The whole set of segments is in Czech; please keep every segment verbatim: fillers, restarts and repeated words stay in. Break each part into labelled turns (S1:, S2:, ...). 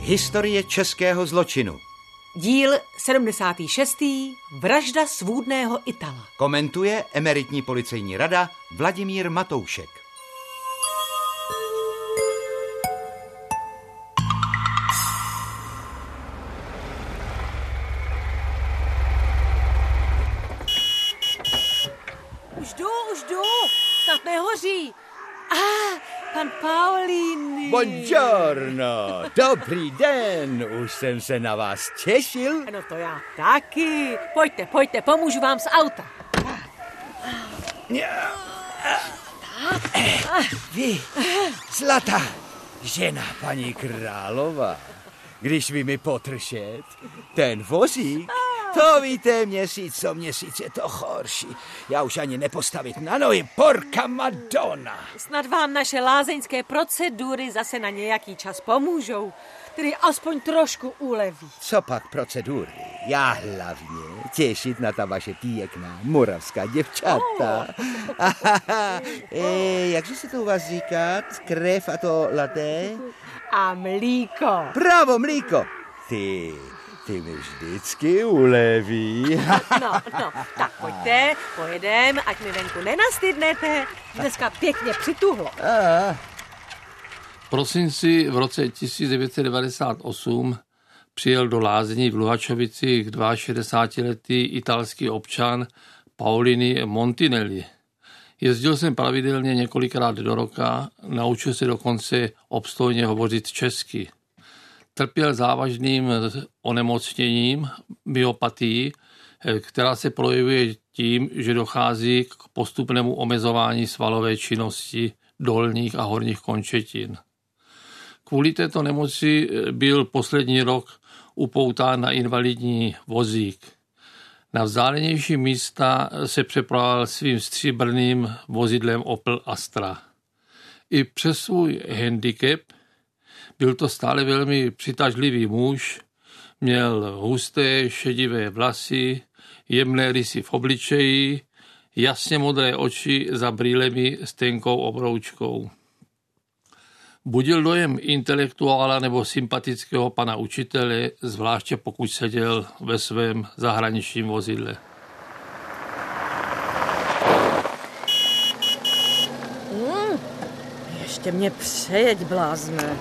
S1: Historie českého zločinu.
S2: Díl sedmdesátý šestý. Vražda svůdného Itala.
S1: Komentuje emeritní policejní rada Vladimír Matoušek.
S2: Už jdu, už jdu. Snad nehoří. Ah, pan Paulini.
S3: Buongiorno, dobrý den, už jsem se na vás těšil.
S2: No to já taky. Pojďte, pojďte, pomůžu vám z auta.
S3: Vy, zlatá žena paní králová, když vy mi potršet, ten vozík, to víte, měsíc co měsíc je to horší. Já už ani nepostavit na nohy, porka Madonna.
S2: Snad vám naše lázeňské procedury zase na nějaký čas pomůžou, tedy aspoň trošku uleví.
S3: Co pak procedury? Já hlavně těšit na ta vaše pěkná moravská děvčata. Oh. e, jakže se to u vás říká? Krev a to laté?
S2: A mlíko.
S3: Bravo, mlíko. Ty... Ty mi vždycky uleví.
S2: No, no, tak pojďte, pojedem, ať mi venku nenastydnete. Dneska pěkně přituhlo.
S4: V prosinci v roce tisíc devět set devadesát osm přijel do lázní v Luhačovicích šedesátiletý italský občan Paulini Montinelli. Jezdil jsem pravidelně několikrát do roka, naučil se dokonce obstojně hovořit česky. Trpěl závažným onemocněním, myopatií, která se projevuje tím, že dochází k postupnému omezování svalové činnosti dolních a horních končetin. Kvůli této nemoci byl poslední rok upoután na invalidní vozík. Na vzdálenější místa se přepravil svým stříbrným vozidlem Opel Astra. I přes svůj handicap byl to stále velmi přitažlivý muž, měl husté šedivé vlasy, jemné rysy v obličeji, jasně modré oči za brýlemi s tenkou obroučkou. Budil dojem intelektuála nebo sympatického pana učitele, zvláště pokud seděl ve svém zahraničním vozidle.
S2: Mm, ještě mě přejeď, blázne.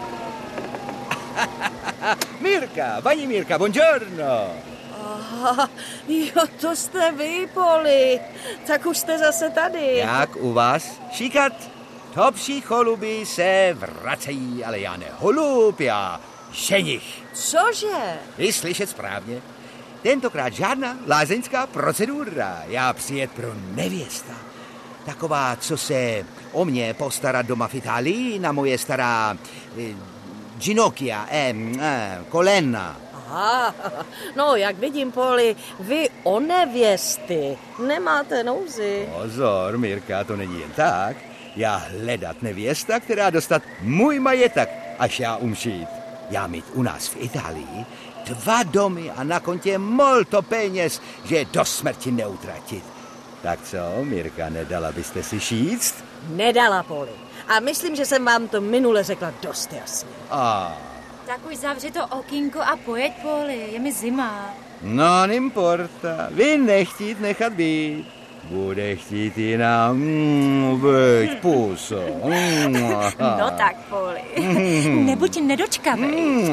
S3: Mirka, paní Mirka, buongiorno.
S2: Aha, jo, to jste vy, Poli. Tak už jste zase tady.
S3: Jak u vás? Šikat, to pší choluby se vracejí, ale já ne holub, já ženich.
S2: Cože?
S3: Vy slyšet správně. Tentokrát žádná lázeňská procedura. Já přijet pro nevěsta. Taková, co se o mě postarat doma v Itálii, na moje stará... Eh, Ginocchia, eh, eh, kolena.
S2: Aha, no jak vidím, Poli, vy o nevěsty nemáte nouzi.
S3: Pozor, Mirka, to není jen tak. Já hledat nevěsta, která dostat můj majetek, až já umšít. Já mít u nás v Itálii dva domy a na kontě molto peněz, že do smrti neutratit. Tak co, Mirka, nedala byste si šíct?
S2: Nedala, Poli. A myslím, že jsem vám to minule řekla dost jasně.
S3: A.
S5: Tak už zavři to okýnko a pojeď, Poli, je mi zima.
S3: No, nimporta, vy nechtít nechat být. Bude chtít jiná, mm, veď, puso. Mm,
S5: no tak, Poli, mm. nebuď nedočkavej. Mm.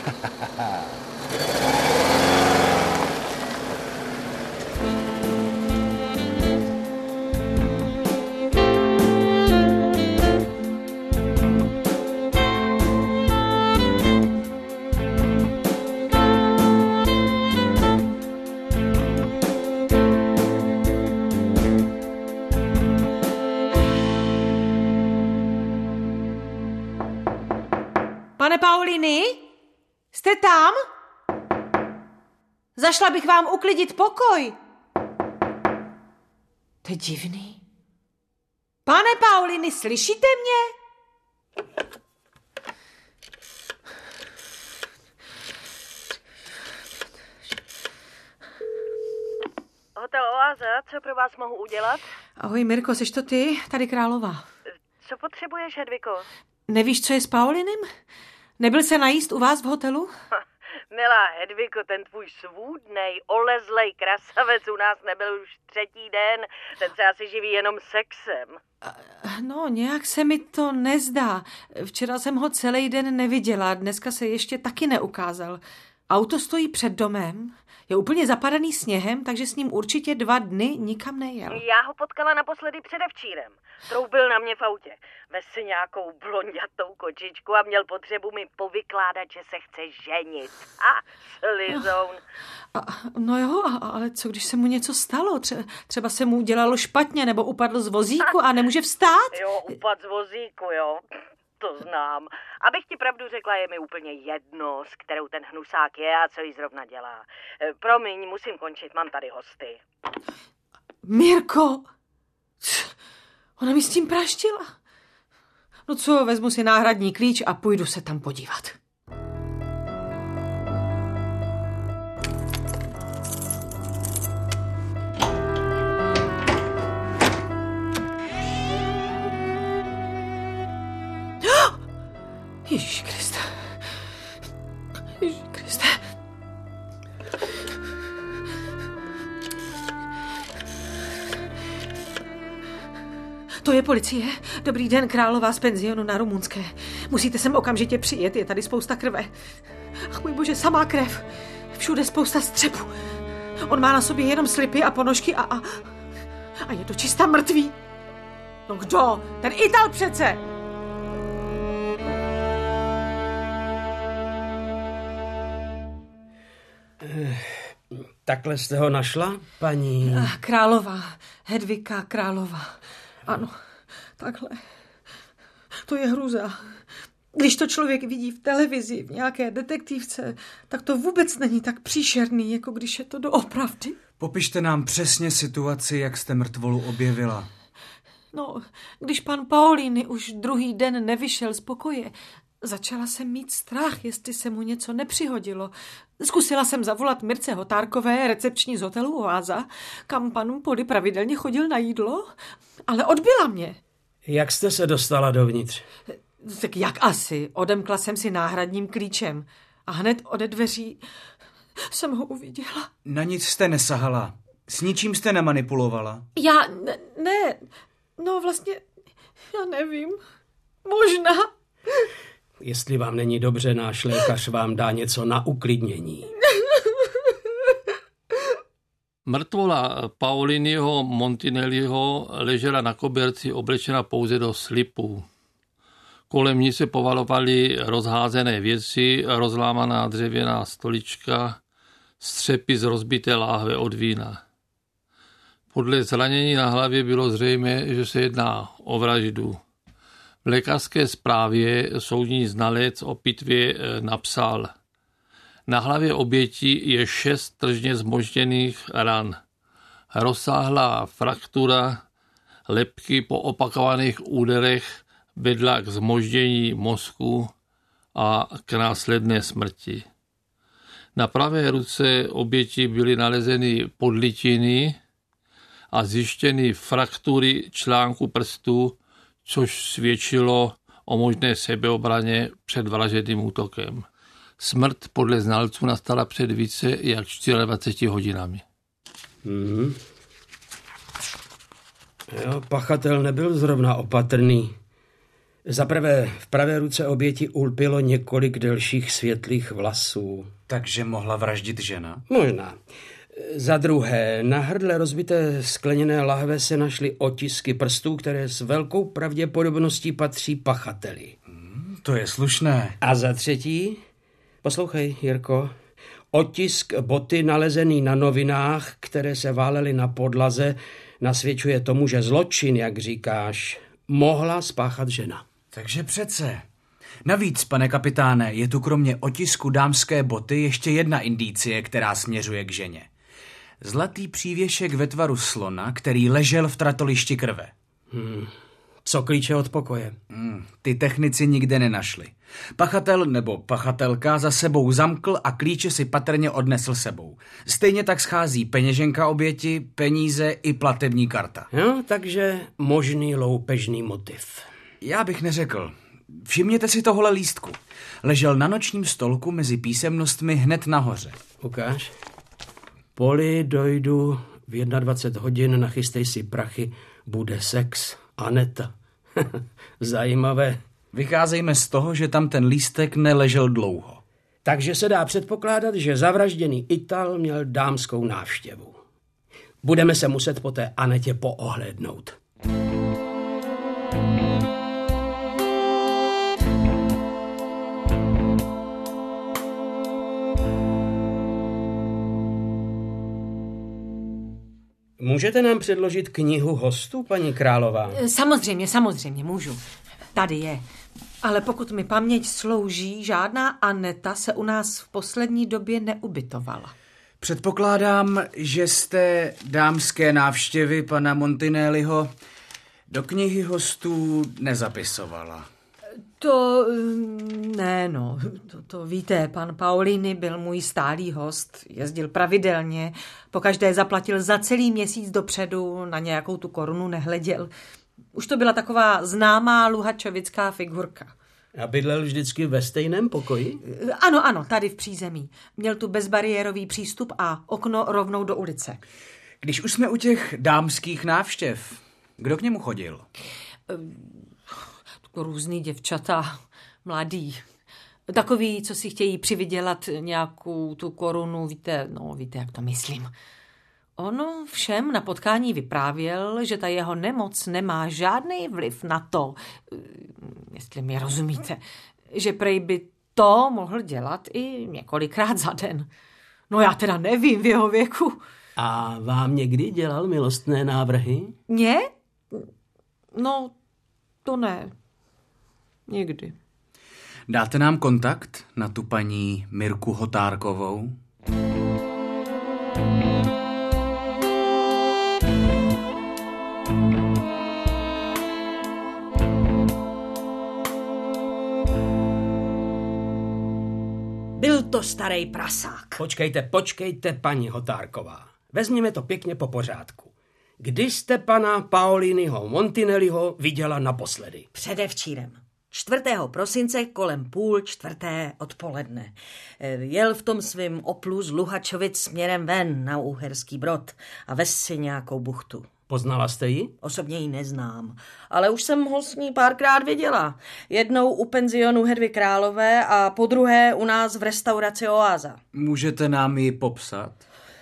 S2: Pane Paulini, jste tam? Zašla bych vám uklidit pokoj. To je divný. Pane Paulini, slyšíte mě?
S6: Hotel Oáza, co pro vás mohu udělat?
S2: Ahoj Mirko, seš to ty? Tady Králová.
S6: Co potřebuješ, Hedviko?
S2: Nevíš, co je s Paulinem? Nebyl se najíst u vás v hotelu?
S6: Milá Hedviko, ten tvůj svůdnej, olezlej krasavec u nás nebyl už třetí den. Ten se asi živí jenom sexem.
S2: No, nějak se mi to nezdá. Včera jsem ho celý den neviděla, dneska se ještě taky neukázal. Auto stojí před domem, je úplně zapadaný sněhem, takže s ním určitě dva dny nikam nejel.
S6: Já ho potkala naposledy předevčírem. Troubil na mě v autě. Ves si nějakou blonďatou kočičku a měl potřebu mi povykládat, že se chce ženit. A slizoun.
S2: A, no jo, ale co když se mu něco stalo? Tře- třeba se mu udělalo špatně nebo upadl z vozíku a nemůže vstát?
S6: Jo, upad z vozíku, jo. To znám. Abych ti pravdu řekla, je mi úplně jedno, s kterou ten hnusák je a co jí zrovna dělá. Promiň, musím končit, mám tady hosty.
S2: Mirko! Ona mi s tím praštila. No co, vezmu si náhradní klíč a půjdu se tam podívat. Ježíš Kriste. Ježíš Kriste. To je policie. Dobrý den, Králová z penzionu na Rumunské. Musíte sem okamžitě přijet, je tady spousta krve. Ach můj bože, samá krev. Všude spousta střepu. On má na sobě jenom slipy a ponožky a, a, a je to čistá mrtvý. No kdo? Ten Ital přece.
S7: Takhle jste ho našla, paní?
S2: Králová, Hedvika Králová. Ano, takhle. To je hruza. Když to člověk vidí v televizi, v nějaké detektivce, tak to vůbec není tak příšerný, jako když je to doopravdy.
S8: Popište nám přesně situaci, jak jste mrtvolu objevila.
S2: No, když pan Paulini už druhý den nevyšel z pokoje, začala jsem mít strach, jestli se mu něco nepřihodilo. Zkusila jsem zavolat Mirce Hotárkové, recepční z hotelu Oáza, kam pan Pody pravidelně chodil na jídlo, ale odbyla mě.
S7: Jak jste se dostala dovnitř?
S2: Tak jak asi? Odemkla jsem si náhradním klíčem a hned ode dveří jsem ho uviděla.
S8: Na nic jste nesahala. S ničím jste nemanipulovala.
S2: Já ne, ne. No vlastně, já nevím. Možná.
S7: Jestli vám není dobře, náš lékař vám dá něco na uklidnění.
S4: Mrtvola Pauliniho Montinelliho ležela na koberci oblečena pouze do slipů. Kolem ní se povalovaly rozházené věci, rozlámaná dřevěná stolička, střepy z rozbité láhve od vína. Podle zranění na hlavě bylo zřejmé, že se jedná o vraždu. V lékařské zprávě soudní znalec o pitvě napsal: na hlavě oběti je šest tržně zmožděných ran. Rozsáhlá fraktura lebky po opakovaných úderech vedla k zmoždění mozku a k následné smrti. Na pravé ruce oběti byly nalezeny podlitiny a zjištěny fraktury článku prstů, což svědčilo o možné sebeobraně před vražedným útokem. Smrt podle znalců nastala před více jak dvaceti čtyřmi hodinami.
S7: Mm-hmm. Jo, pachatel nebyl zrovna opatrný. Zaprvé v pravé ruce oběti ulpilo několik delších světlých vlasů.
S8: Takže mohla vraždit žena?
S7: Možná. Za druhé, na hrdle rozbité skleněné lahve se našly otisky prstů, které s velkou pravděpodobností patří pachateli.
S8: Hmm, to je slušné.
S7: A za třetí, poslouchej, Jirko, otisk boty nalezený na novinách, které se válely na podlaze, nasvědčuje tomu, že zločin, jak říkáš, mohla spáchat žena.
S8: Takže přece. Navíc, pane kapitáne, je tu kromě otisku dámské boty ještě jedna indicie, která směřuje k ženě. Zlatý přívěšek ve tvaru slona, který ležel v tratolišti krve.
S7: Hmm. Co klíče od pokoje?
S8: Hmm. Ty technici nikde nenašli. Pachatel nebo pachatelka za sebou zamkl a klíče si patrně odnesl sebou. Stejně tak schází peněženka oběti, peníze i platební karta.
S7: Jo, takže možný loupežný motiv.
S8: Já bych neřekl. Všimněte si tohle lístku. Ležel na nočním stolku mezi písemnostmi hned nahoře.
S7: Ukáž. Poli, dojdu v dvacet jedna hodin, nachystej si prachy, bude sex. Aneta. Zajímavé.
S8: Vycházejme z toho, že tam ten lístek neležel dlouho.
S7: Takže se dá předpokládat, že zavražděný Ital měl dámskou návštěvu. Budeme se muset po té Anetě poohlédnout. Můžete nám předložit knihu hostů, paní Králová?
S2: Samozřejmě, samozřejmě, můžu. Tady je. Ale pokud mi paměť slouží, žádná Aneta se u nás v poslední době neubytovala.
S8: Předpokládám, že jste dámské návštěvy pana Montinelliho do knihy hostů nezapisovala.
S2: To ne, no, to, to víte, pan Paolini byl můj stálý host, jezdil pravidelně, pokaždé zaplatil za celý měsíc dopředu, na nějakou tu korunu nehleděl. Už to byla taková známá luhačovická figurka.
S7: A bydlel vždycky ve stejném pokoji?
S2: Ano, ano, tady v přízemí. Měl tu bezbariérový přístup a okno rovnou do ulice.
S8: Když už jsme u těch dámských návštěv, kdo k němu chodil?
S2: Různý děvčata, mladý. Takový, co si chtějí přivydělat nějakou tu korunu, víte, no víte, jak to myslím. Ono všem na potkání vyprávěl, že ta jeho nemoc nemá žádný vliv na to, jestli mi rozumíte, že prej by to mohl dělat i několikrát za den. No já teda nevím v jeho věku.
S7: A vám někdy dělal milostné návrhy?
S2: Mně? No, to ne. Nikdy.
S8: Dáte nám kontakt na tu paní Mirku Hotárkovou?
S6: Byl to starý prasák.
S7: Počkejte, počkejte, paní Hotárková. Vezměme to pěkně po pořádku. Kdy jste pana Paoliniho Montinelliho viděla naposledy?
S6: Předevčírem. čtvrtého prosince kolem půl čtvrté odpoledne. Jel v tom svým Oplu z Luhačovic směrem ven na Uherský Brod a vez si nějakou buchtu.
S7: Poznala jste ji?
S6: Osobně ji neznám, ale už jsem ho s ní párkrát viděla. Jednou u penzionu Hedvy Králové a podruhé u nás v restauraci Oáza.
S8: Můžete nám ji popsat?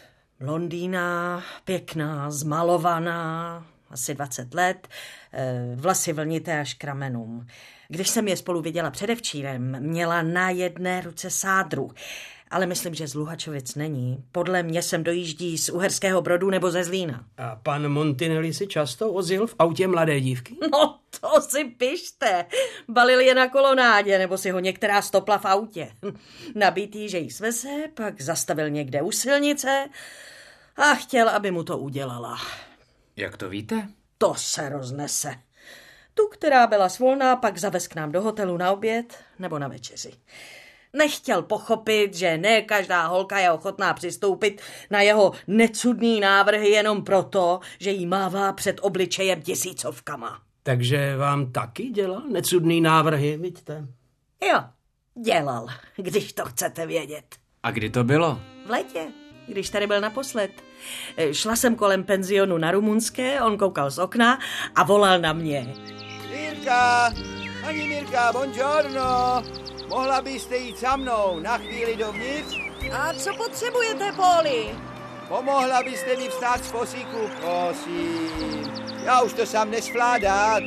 S6: Blondýna, pěkná, zmalovaná, asi dvacet let, vlasy vlnité až k ramenům. Když jsem je spolu viděla předevčírem, měla na jedné ruce sádru. Ale myslím, že z Luhačovic není. Podle mě sem dojíždí z Uherského Brodu nebo ze Zlína.
S7: A pan Montinelli si často vozil v autě mladé dívky?
S6: No, to si pište. Balil je na kolonádě, nebo si ho některá stopla v autě. Nabitý, že jí sveze, pak zastavil někde u silnice a chtěl, aby mu to udělala.
S8: Jak to víte?
S6: To se roznese. Tu, která byla svolná, pak zavez k nám do hotelu na oběd nebo na večeři. Nechtěl pochopit, že ne každá holka je ochotná přistoupit na jeho necudný návrhy jenom proto, že jí mává před obličejem tisícovkama.
S7: Takže vám taky dělal necudný návrhy, vidíte?
S6: Jo, dělal, když to chcete vědět.
S8: A kdy to bylo?
S6: V létě, když tady byl naposled. Šla jsem kolem penzionu na Rumunské, on koukal z okna a volal na mě.
S3: Mirka, ani Mirka, buongiorno. Mohla byste jít za mnou na chvíli dovnitř?
S6: A co potřebujete, Poli?
S3: Pomohla byste mi vstát z fosíku, prosím. Já už to sám nesvládat.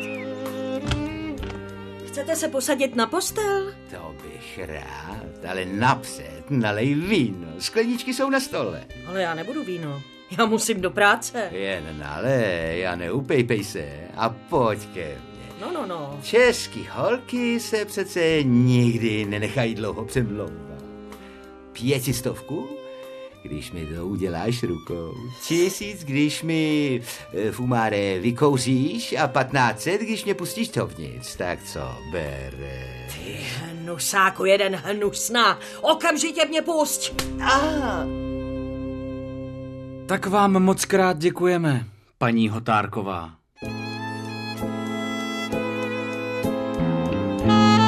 S6: Chcete se posadit na postel?
S3: To bych rád, ale napřed nalej víno. Skleničky jsou na stole.
S6: Ale já nebudu víno. Já musím do práce.
S3: Jen nalej a neupejpej se a pojď ke mně.
S6: No, no, no.
S3: Český holky se přece nikdy nenechají dlouho přemlouvat. Pětistovku, když mi to uděláš rukou. Tisíc, když mi fumáre vykouříš a patnácet, když mě pustíš dovnitř. Tak co, bere?
S6: Ty hnusáku, jeden hnusná. Okamžitě mě pusť. Aha.
S8: Tak vám moc krát děkujeme, paní Hotárková.
S5: Thank you.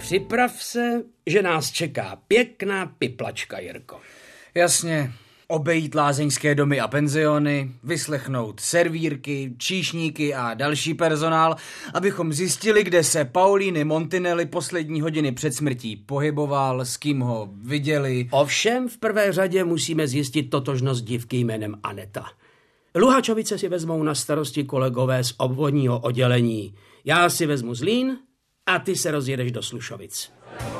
S7: připrav se, že nás čeká pěkná piplačka, Jirko.
S8: Jasně, obejít lázeňské domy a penziony, vyslechnout servírky, číšníky a další personál, abychom zjistili, kde se Paolini Montinelli poslední hodiny před smrtí pohyboval, s kým ho viděli.
S7: Ovšem v prvé řadě musíme zjistit totožnost dívky jménem Aneta. Luhačovice si vezmou na starosti kolegové z obvodního oddělení. Já si vezmu Zlín a ty se rozjedeš do Slušovic.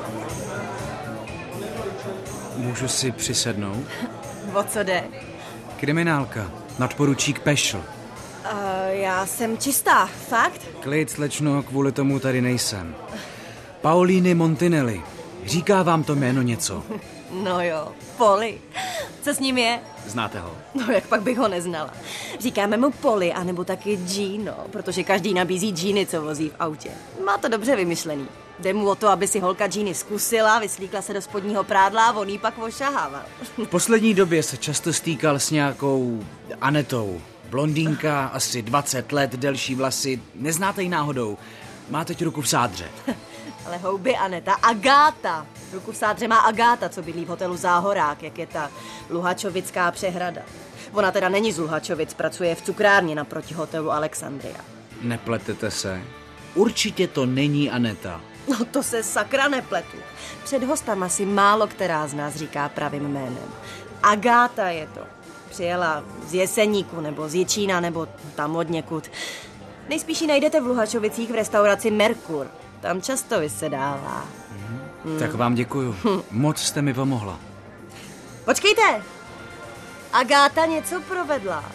S8: Můžu si přisednout?
S9: O co jde?
S8: Kriminálka, nadporučík Pešl.
S9: Uh, já jsem čistá, fakt?
S8: Klid, slečno, kvůli tomu tady nejsem. Paolini Montinelli. Říká vám to jméno něco?
S9: No jo, Poli. Co s ním je?
S8: Znáte ho?
S9: No jak pak bych ho neznala. Říkáme mu Poli, anebo taky Gino, protože každý nabízí džíny, co vozí v autě. Má to dobře vymyšlený. Jde mu o to, aby si holka džíny zkusila, vyslíkla se do spodního prádla a on jí pak ošahával.
S8: V poslední době se často stýkal s nějakou Anetou. Blondýnka, asi dvacet let, delší vlasy. Neznáte ji náhodou? Má teď ruku v sádře.
S9: Ale houby Aneta, Agáta. Ruku v sádře má Agáta, co bydlí v hotelu Záhorák, jak je ta Luhačovická přehrada. Ona teda není z Luhačovic, pracuje v cukrárně naproti hotelu Alexandria.
S8: Nepletete se? Určitě to není Aneta.
S9: No to se sakra nepletu. Před hostama si málo která z nás říká pravým jménem. Agáta je to. Přijela z Jeseníku nebo z Jičína nebo tam od někud. Nejspíš ji najdete v Luhačovicích v restauraci Merkur. Tam často vysedává.
S8: Hmm. Hmm. Tak vám děkuju. Hm. Moc jste mi pomohla.
S9: Počkejte! Agáta něco provedla.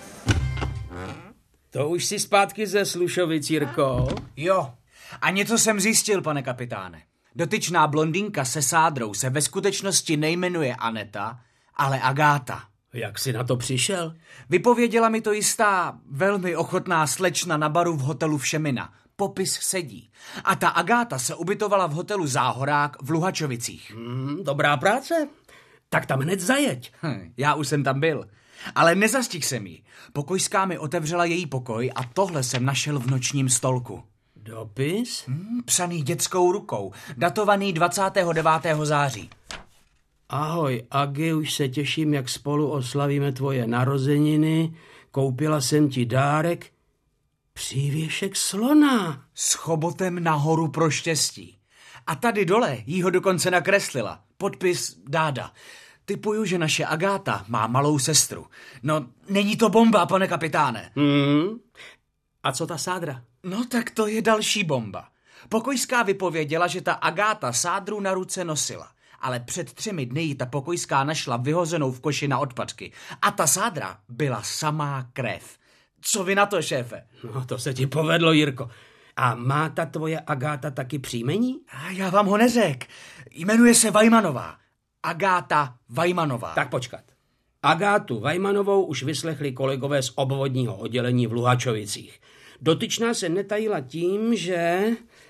S7: To už si zpátky ze Slušovic, Jirko.
S8: Jo. A něco jsem zjistil, pane kapitáne. Dotyčná blondýnka se sádrou se ve skutečnosti nejmenuje Aneta, ale Agáta.
S7: Jak jsi na to přišel?
S8: Vypověděla mi to jistá velmi ochotná slečna na baru v hotelu Všemina. Popis sedí. A ta Agáta se ubytovala v hotelu Záhorák v Luhačovicích.
S7: Hmm, dobrá práce. Tak tam hned zajeď.
S8: Hm, já už jsem tam byl. Ale nezastihl jsem jí. Pokojská mi otevřela její pokoj a tohle jsem našel v nočním stolku.
S7: Dopis?
S8: Hmm, psaný dětskou rukou. Datovaný dvacátého devátého září.
S7: Ahoj, Agi, už se těším, jak spolu oslavíme tvoje narozeniny. Koupila jsem ti dárek. Přívěšek slona.
S8: S chobotem nahoru pro štěstí. A tady dole jí ho dokonce nakreslila. Podpis Dáda. Typuju, že naše Agáta má malou sestru. No, není to bomba, pane kapitáne.
S7: Hmm. A co ta sádra?
S8: No, tak to je další bomba. Pokojská vypověděla, že ta Agáta sádru na ruce nosila. Ale před třemi dny ji ta pokojská našla vyhozenou v koši na odpadky. A ta sádra byla samá krev. Co vy na to, šéfe?
S7: No, to se ti povedlo, Jirko. A má ta tvoje Agáta taky příjmení?
S8: A já vám ho neřek. Jmenuje se Vajmanová. Agáta Vajmanová.
S7: Tak počkat. Agátu Vajmanovou už vyslechli kolegové z obvodního oddělení v Luhačovicích. Dotyčná se netajila tím, že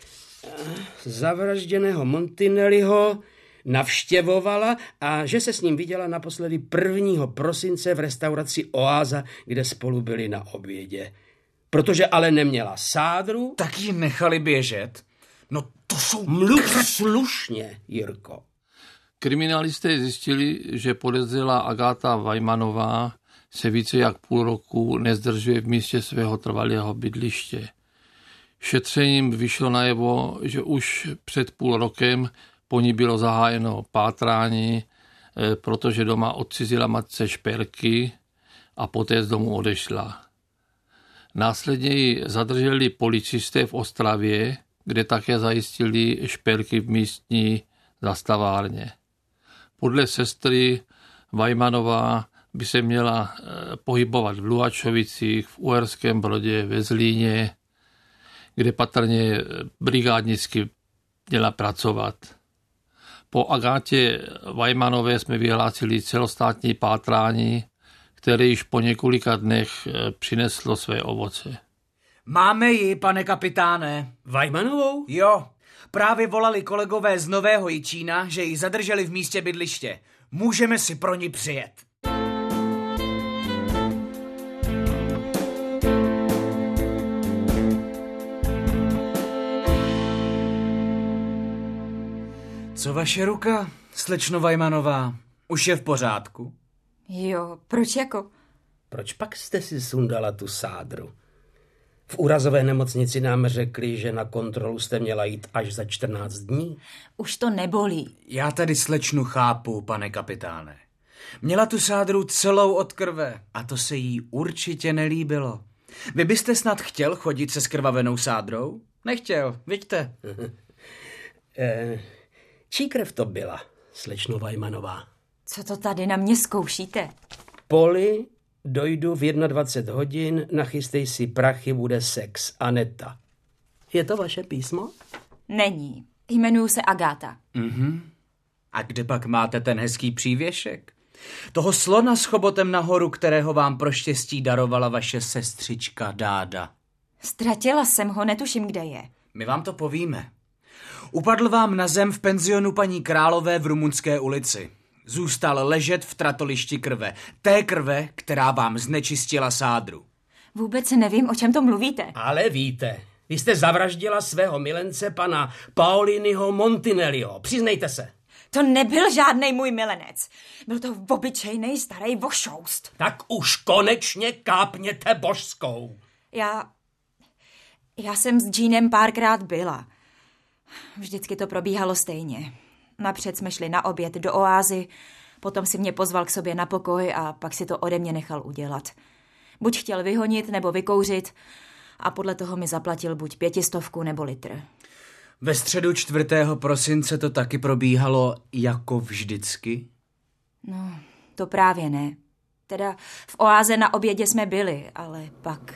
S7: zavražděného Montinelliho navštěvovala a že se s ním viděla naposledy prvního prosince v restauraci Oáza, kde spolu byli na obědě. Protože ale neměla sádru...
S8: Tak ji nechali běžet? No to jsou...
S7: Mluv slušně, Jirko.
S4: Kriminalisté zjistili, že podezřelá Agáta Vajmanová se více jak půl roku nezdržuje v místě svého trvalého bydliště. Šetřením vyšlo najevo, že už před půl rokem po ní bylo zahájeno pátrání, protože doma odcizila matce šperky a poté z domu odešla. Následně ji zadrželi policisté v Ostravě, kde také zajistili šperky v místní zastavárně. Podle sestry Vajmanová by se měla pohybovat v Luhačovicích, v Uherském Brodě, ve Zlíně, kde patrně brigádnicky měla pracovat. Po Agátě Vajmanové jsme vyhlásili celostátní pátrání, které již po několika dnech přineslo své ovoce.
S8: Máme ji, pane kapitáne.
S7: Vajmanovou?
S8: Jo. Právě volali kolegové z Nového Jičína, že ji zadrželi v místě bydliště. Můžeme si pro ní přijet. Co vaše ruka, slečno Vajmanová? Už je v pořádku?
S5: Jo, proč jako?
S7: Proč pak jste si sundala tu sádru? V úrazové nemocnici nám řekli, že na kontrolu jste měla jít až za čtrnáct dní.
S5: Už to nebolí.
S8: Já tady slečnu chápu, pane kapitáne. Měla tu sádru celou od krve a to se jí určitě nelíbilo. Vy byste snad chtěl chodit se skrvavenou sádrou? Nechtěl, vidíte.
S7: e, čí krev to byla, slečno Vajmanová?
S5: Co to tady na mě zkoušíte?
S7: Poli, dojdu v dvacet jedna hodin, nachystej si prachy, bude sex. Aneta. Je to vaše písmo?
S5: Není. Jmenuji se Agáta.
S8: Mhm. A kde pak máte ten hezký přívěšek? Toho slona s chobotem nahoru, kterého vám pro štěstí darovala vaše sestřička Dáda.
S5: Ztratila jsem ho, netuším, kde je.
S8: My vám to povíme. Upadl vám na zem v penzionu paní Králové v Rumunské ulici. Zůstal ležet v tratolišti krve. Té krve, která vám znečistila sádru.
S5: Vůbec nevím, o čem to mluvíte.
S7: Ale víte, vy jste zavraždila svého milence, pana Paoliniho Montinelliho. Přiznejte se.
S5: To nebyl žádnej můj milenec. Byl to obyčejnej starý vošoust.
S7: Tak už konečně kápněte božskou.
S5: Já... Já jsem s Jeanem párkrát byla. Vždycky to probíhalo stejně. Napřed jsme šli na oběd do oázy, potom si mě pozval k sobě na pokoj a pak si to ode mě nechal udělat. Buď chtěl vyhonit nebo vykouřit a podle toho mi zaplatil buď pětistovku nebo litr.
S8: Ve středu čtvrtého prosince to taky probíhalo jako vždycky?
S5: No, to právě ne. Teda v oáze na obědě jsme byli, ale pak...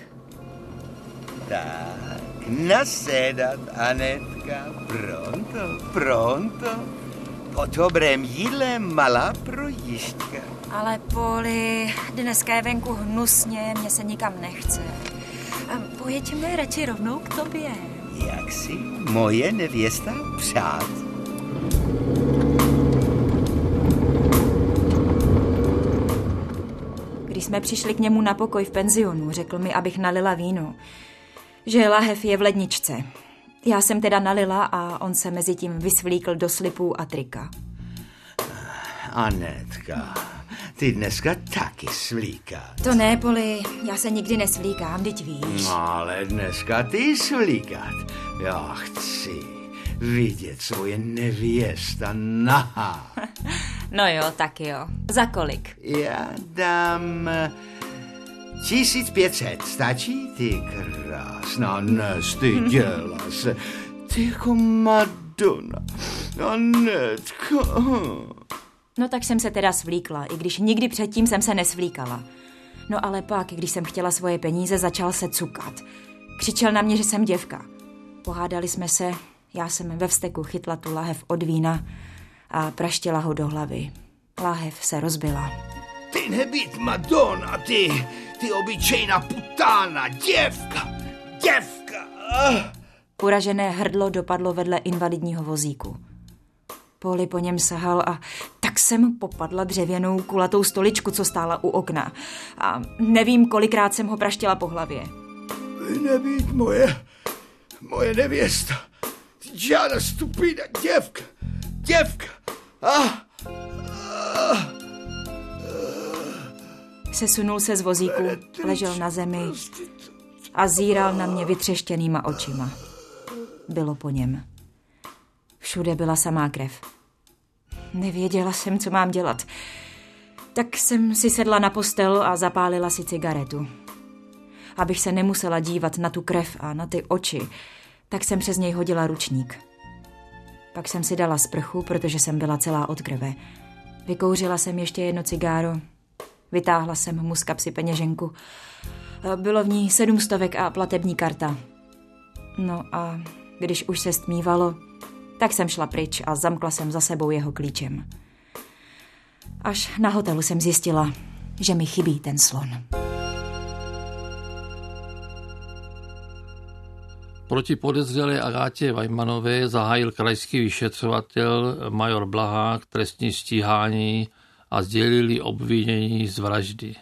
S3: Tak, nasedat, Anetka, pronto, pronto. Po dobrém jídle malá projížďka.
S5: Ale Poli, dneska je venku hnusně, mně se nikam nechce. A pojeďme radši rovnou k tobě.
S3: Jak si moje nevěsta přát?
S5: Když jsme přišli k němu na pokoj v penzionu, řekl mi, abych nalila víno. Že lahev je v ledničce. Já jsem teda nalila a on se mezi tím vysvlíkl do slipů a trika.
S3: Anetka, ty dneska taky svlíkáš.
S5: To ne, Poli, já se nikdy nesvlíkám, vždyť víš.
S3: No, ale dneska ty svlíkat. Já chci vidět svoje nevěsta nahá.
S5: No jo, tak jo. Za kolik?
S3: Já dám tisíc pět set. Stačí? Ty krásná, nestyděla se. Ty jako Madonna. Anetka.
S5: No tak jsem se teda svlíkla, i když nikdy předtím jsem se nesvlíkala. No ale pak, když jsem chtěla svoje peníze, začal se cukat. Křičel na mě, že jsem děvka. Pohádali jsme se, já jsem ve vzteku chytla tu lahev od vína a praštila ho do hlavy. Lahev se rozbila.
S3: Ty nebýt Madonna, ty, ty obyčejná putána, děvka, děvka.
S5: Uražené hrdlo dopadlo vedle invalidního vozíku. Poli po něm sahal a tak jsem popadla dřevěnou kulatou stoličku, co stála u okna. A nevím, kolikrát jsem ho praštila po hlavě.
S3: Vy nebýt moje, moje nevěsta. Ty žádná stupida děvka, děvka. Ah, ah.
S5: Sesunul se z vozíku, ležel na zemi a zíral na mě vytřeštěnýma očima. Bylo po něm. Všude byla samá krev. Nevěděla jsem, co mám dělat. Tak jsem si sedla na postel a zapálila si cigaretu. Abych se nemusela dívat na tu krev a na ty oči, tak jsem přes něj hodila ručník. Pak jsem si dala sprchu, protože jsem byla celá od krve. Vykouřila jsem ještě jedno cigáro. Vytáhla jsem mu z kapsy peněženku. Bylo v ní sedm stovek a platební karta. No a když už se stmívalo, tak jsem šla pryč a zamkla jsem za sebou jeho klíčem. Až na hotelu jsem zjistila, že mi chybí ten slon.
S4: Proti podezřelé Agátě Vajmanové zahájil krajský vyšetřovatel major Blahák trestní stíhání a sdělili obvinění z vraždy.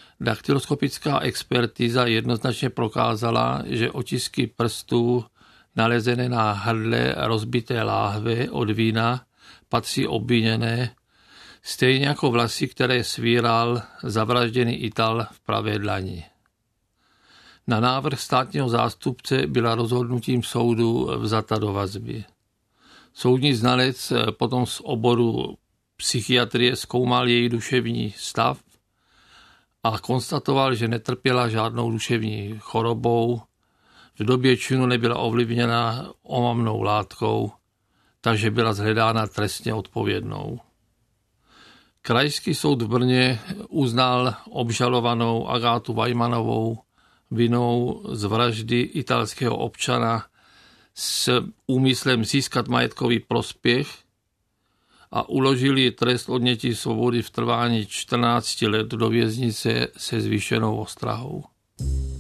S4: Daktyloskopická expertíza jednoznačně prokázala, že otisky prstů nalezené na hrdle rozbité láhve od vína, patří obviněné, stejně jako vlasy, které svíral zavražděný Ital v pravé dlani. Na návrh státního zástupce byla rozhodnutím soudu vzata do vazby. Soudní znalec potom z oboru psychiatrie zkoumal její duševní stav a konstatoval, že netrpěla žádnou duševní chorobou, v době činu nebyla ovlivněna omamnou látkou, takže byla shledána trestně odpovědnou. Krajský soud v Brně uznal obžalovanou Agátu Wajmanovou vinou z vraždy italského občana s úmyslem získat majetkový prospěch a uložili trest odnětí svobody v trvání čtrnáct let do věznice se zvýšenou ostrahou.